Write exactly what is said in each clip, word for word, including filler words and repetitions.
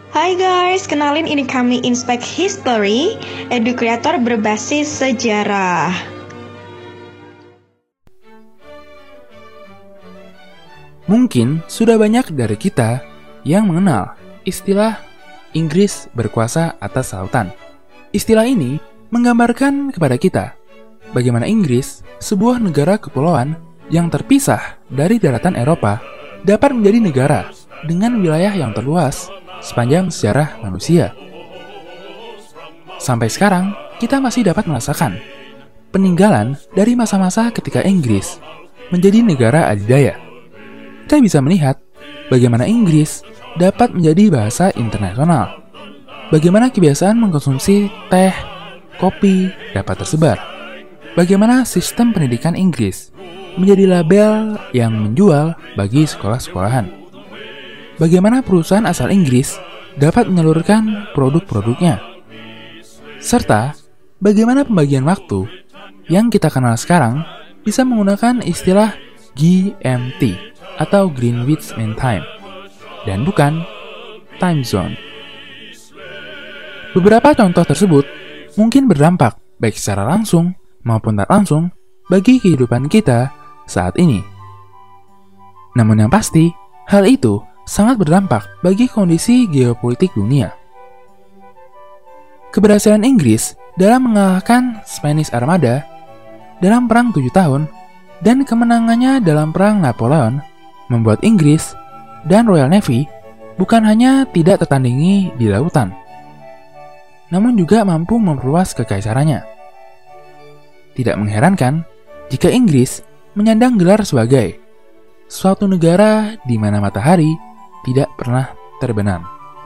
Hai guys, kenalin ini kami Inspect History, edu kreator berbasis sejarah. Mungkin sudah banyak dari kita yang mengenal istilah Inggris berkuasa atas lautan. Istilah ini menggambarkan kepada kita bagaimana Inggris, sebuah negara kepulauan yang terpisah dari daratan Eropa, dapat menjadi negara dengan wilayah yang terluas sepanjang sejarah manusia. Sampai sekarang, kita masih dapat merasakan peninggalan dari masa-masa ketika Inggris menjadi negara adidaya. Kita bisa melihat bagaimana Inggris dapat menjadi bahasa internasional, bagaimana kebiasaan mengkonsumsi teh, kopi dapat tersebar, bagaimana sistem pendidikan Inggris menjadi label yang menjual bagi sekolah-sekolahan, bagaimana perusahaan asal Inggris dapat menyalurkan produk-produknya, serta bagaimana pembagian waktu yang kita kenal sekarang bisa menggunakan istilah G M T atau Greenwich Mean Time dan bukan time zone. Beberapa contoh tersebut mungkin berdampak baik secara langsung maupun tak langsung bagi kehidupan kita saat ini. Namun yang pasti, hal itu sangat berdampak bagi kondisi geopolitik dunia. Keberhasilan Inggris dalam mengalahkan Spanish Armada dalam Perang Tujuh Tahun dan kemenangannya dalam Perang Napoleon membuat Inggris dan Royal Navy bukan hanya tidak tertandingi di lautan, namun juga mampu memperluas kekaisarannya. Tidak mengherankan jika Inggris menyandang gelar sebagai suatu negara di mana matahari tidak pernah terbenam.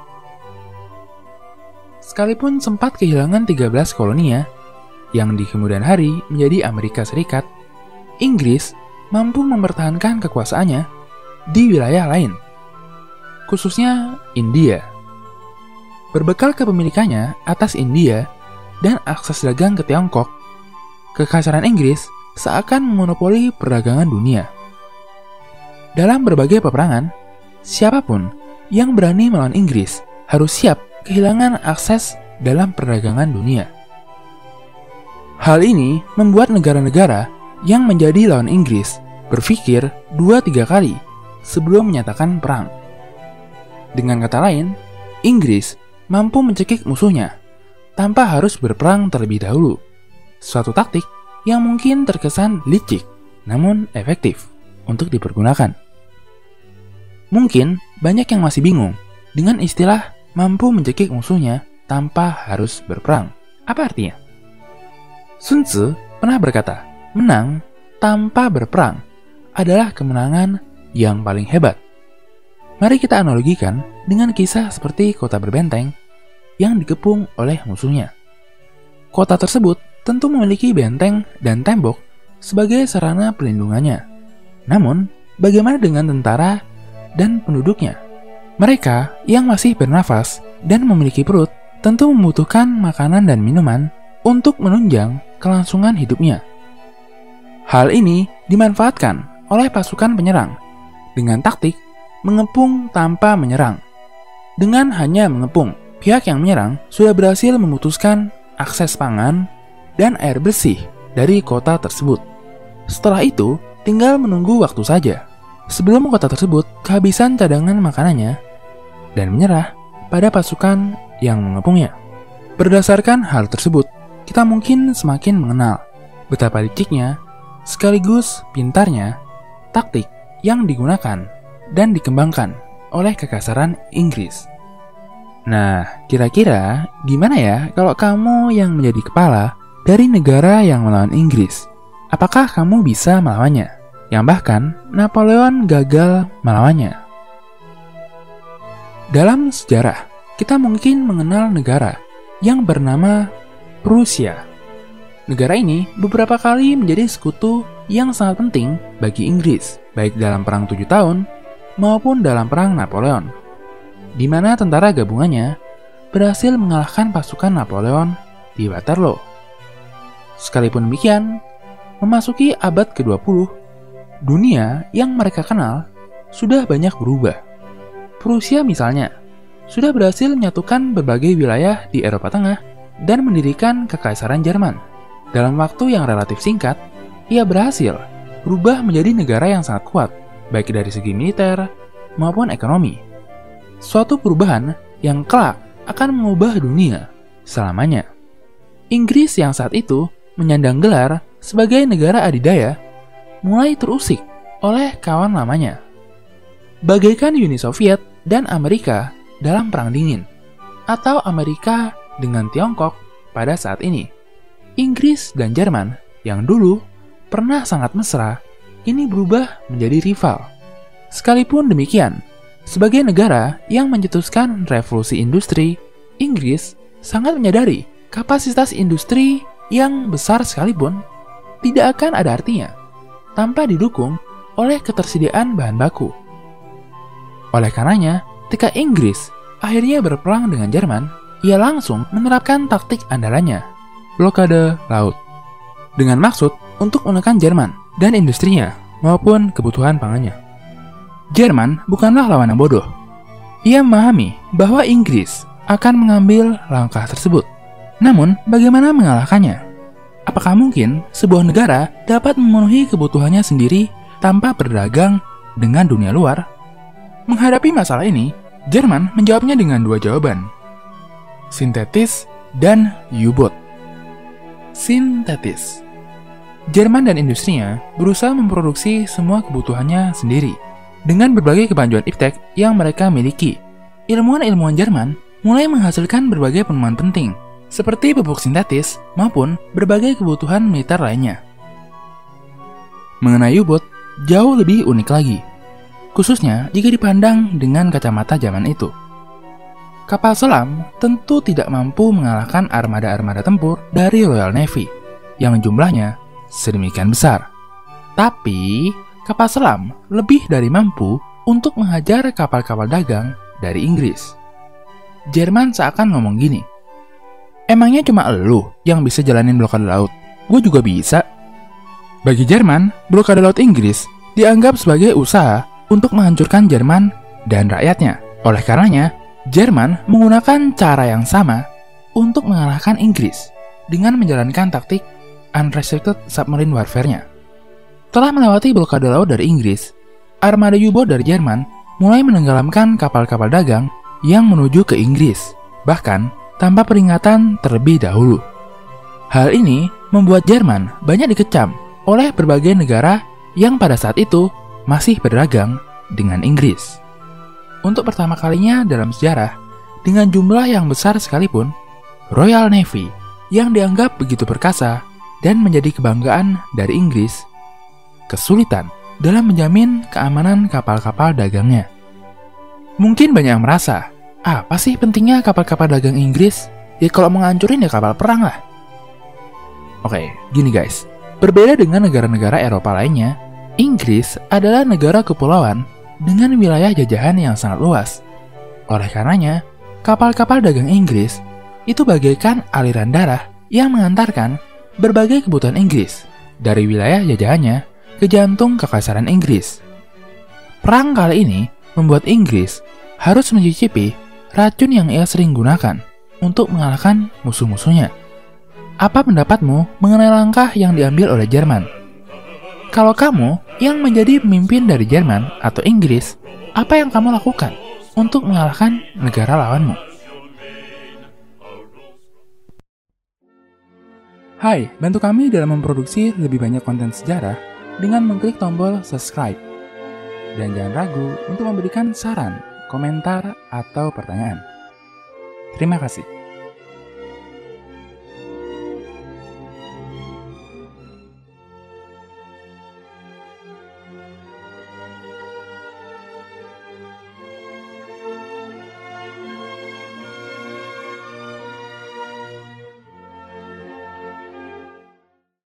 Sekalipun sempat kehilangan tiga belas koloninya, yang di kemudian hari menjadi Amerika Serikat, Inggris mampu mempertahankan kekuasaannya di wilayah lain, khususnya India. Berbekal kepemilikannya atas India dan akses dagang ke Tiongkok, kekaisaran Inggris seakan memonopoli perdagangan dunia. Dalam berbagai peperangan, siapapun yang berani melawan Inggris harus siap kehilangan akses dalam perdagangan dunia. Hal ini membuat negara-negara yang menjadi lawan Inggris berpikir dua tiga kali sebelum menyatakan perang. Dengan kata lain, Inggris mampu mencekik musuhnya tanpa harus berperang terlebih dahulu. Suatu taktik yang mungkin terkesan licik, namun efektif untuk dipergunakan. Mungkin banyak yang masih bingung dengan istilah mampu mencekik musuhnya tanpa harus berperang. Apa artinya? Sun Tzu pernah berkata, menang tanpa berperang adalah kemenangan yang paling hebat. Mari kita analogikan dengan kisah seperti kota berbenteng yang dikepung oleh musuhnya. Kota tersebut tentu memiliki benteng dan tembok sebagai sarana pelindungannya. Namun, bagaimana dengan tentara dan penduduknya? Mereka yang masih bernafas dan memiliki perut tentu membutuhkan makanan dan minuman untuk menunjang kelangsungan hidupnya. Hal ini dimanfaatkan oleh pasukan penyerang dengan taktik mengepung tanpa menyerang. Dengan hanya mengepung, pihak yang menyerang sudah berhasil memutuskan akses pangan dan air bersih dari kota tersebut. Setelah itu, tinggal menunggu waktu saja sebelum kota tersebut kehabisan cadangan makanannya dan menyerah pada pasukan yang mengepungnya. Berdasarkan hal tersebut, kita mungkin semakin mengenal betapa liciknya sekaligus pintarnya taktik yang digunakan dan dikembangkan oleh kekaisaran Inggris. Nah, kira-kira gimana ya kalau kamu yang menjadi kepala dari negara yang melawan Inggris? Apakah kamu bisa melawannya? Yang bahkan Napoleon gagal melawannya. Dalam sejarah, kita mungkin mengenal negara yang bernama Prusia. Negara ini beberapa kali menjadi sekutu yang sangat penting bagi Inggris, baik dalam Perang Tujuh Tahun maupun dalam Perang Napoleon, di mana tentara gabungannya berhasil mengalahkan pasukan Napoleon di Waterloo. Sekalipun demikian, memasuki abad kedua puluh, dunia yang mereka kenal sudah banyak berubah. Prusia misalnya sudah berhasil menyatukan berbagai wilayah di Eropa Tengah dan mendirikan Kekaisaran Jerman. Dalam waktu yang relatif singkat, ia berhasil berubah menjadi negara yang sangat kuat, baik dari segi militer maupun ekonomi. Suatu perubahan yang kelak akan mengubah dunia selamanya. Inggris yang saat itu menyandang gelar sebagai negara adidaya mulai terusik oleh kawan lamanya, bagaikan Uni Soviet dan Amerika dalam Perang Dingin, atau Amerika dengan Tiongkok pada saat ini. Inggris dan Jerman yang dulu pernah sangat mesra, kini berubah menjadi rival. Sekalipun demikian, sebagai negara yang mencetuskan revolusi industri, Inggris sangat menyadari kapasitas industri yang besar sekalipun tidak akan ada artinya tanpa didukung oleh ketersediaan bahan baku. Oleh karenanya, ketika Inggris akhirnya berperang dengan Jerman, ia langsung menerapkan taktik andalannya, blokade laut, dengan maksud untuk menekan Jerman dan industrinya maupun kebutuhan pangannya. Jerman bukanlah lawan yang bodoh. Ia memahami bahwa Inggris akan mengambil langkah tersebut. Namun, bagaimana mengalahkannya? Apakah mungkin sebuah negara dapat memenuhi kebutuhannya sendiri tanpa berdagang dengan dunia luar? Menghadapi masalah ini, Jerman menjawabnya dengan dua jawaban, sintetis dan U-boat. Sintetis. Jerman dan industrinya berusaha memproduksi semua kebutuhannya sendiri dengan berbagai kemajuan iptek yang mereka miliki. Ilmuwan-ilmuwan Jerman mulai menghasilkan berbagai penemuan penting, seperti pupuk sintetis maupun berbagai kebutuhan militer lainnya. Mengenai U-boat, jauh lebih unik lagi, khususnya jika dipandang dengan kacamata zaman itu. Kapal selam tentu tidak mampu mengalahkan armada-armada tempur dari Royal Navy yang jumlahnya sedemikian besar. Tapi, kapal selam lebih dari mampu untuk menghajar kapal-kapal dagang dari Inggris. Jerman seakan ngomong gini, emangnya cuma elu yang bisa jalanin blokade laut? Gue juga bisa. Bagi Jerman, blokade laut Inggris dianggap sebagai usaha untuk menghancurkan Jerman dan rakyatnya. Oleh karenanya, Jerman menggunakan cara yang sama untuk mengalahkan Inggris dengan menjalankan taktik unrestricted submarine warfare-nya. Setelah melewati blokade laut dari Inggris, armada U-boat dari Jerman mulai menenggelamkan kapal-kapal dagang yang menuju ke Inggris, bahkan tanpa peringatan terlebih dahulu. Hal ini membuat Jerman banyak dikecam oleh berbagai negara yang pada saat itu masih berdagang dengan Inggris. Untuk pertama kalinya dalam sejarah, dengan jumlah yang besar sekalipun, Royal Navy yang dianggap begitu perkasa dan menjadi kebanggaan dari Inggris, kesulitan dalam menjamin keamanan kapal-kapal dagangnya. Mungkin banyak yang merasa, apa sih pentingnya kapal-kapal dagang Inggris? Ya kalau mau ngancurin ya kapal perang lah. Oke, gini guys. Berbeda dengan negara-negara Eropa lainnya, Inggris adalah negara kepulauan dengan wilayah jajahan yang sangat luas. Oleh karenanya, kapal-kapal dagang Inggris itu bagaikan aliran darah yang mengantarkan berbagai kebutuhan Inggris dari wilayah jajahannya ke jantung Kekaisaran Inggris. Perang kali ini membuat Inggris harus mencicipi racun yang ia sering gunakan untuk mengalahkan musuh-musuhnya. Apa pendapatmu mengenai langkah yang diambil oleh Jerman? Kalau kamu yang menjadi pemimpin dari Jerman atau Inggris, apa yang kamu lakukan untuk mengalahkan negara lawanmu? Hai, bantu kami dalam memproduksi lebih banyak konten sejarah dengan mengklik tombol subscribe. Dan jangan ragu untuk memberikan saran, komentar, atau pertanyaan. Terima kasih.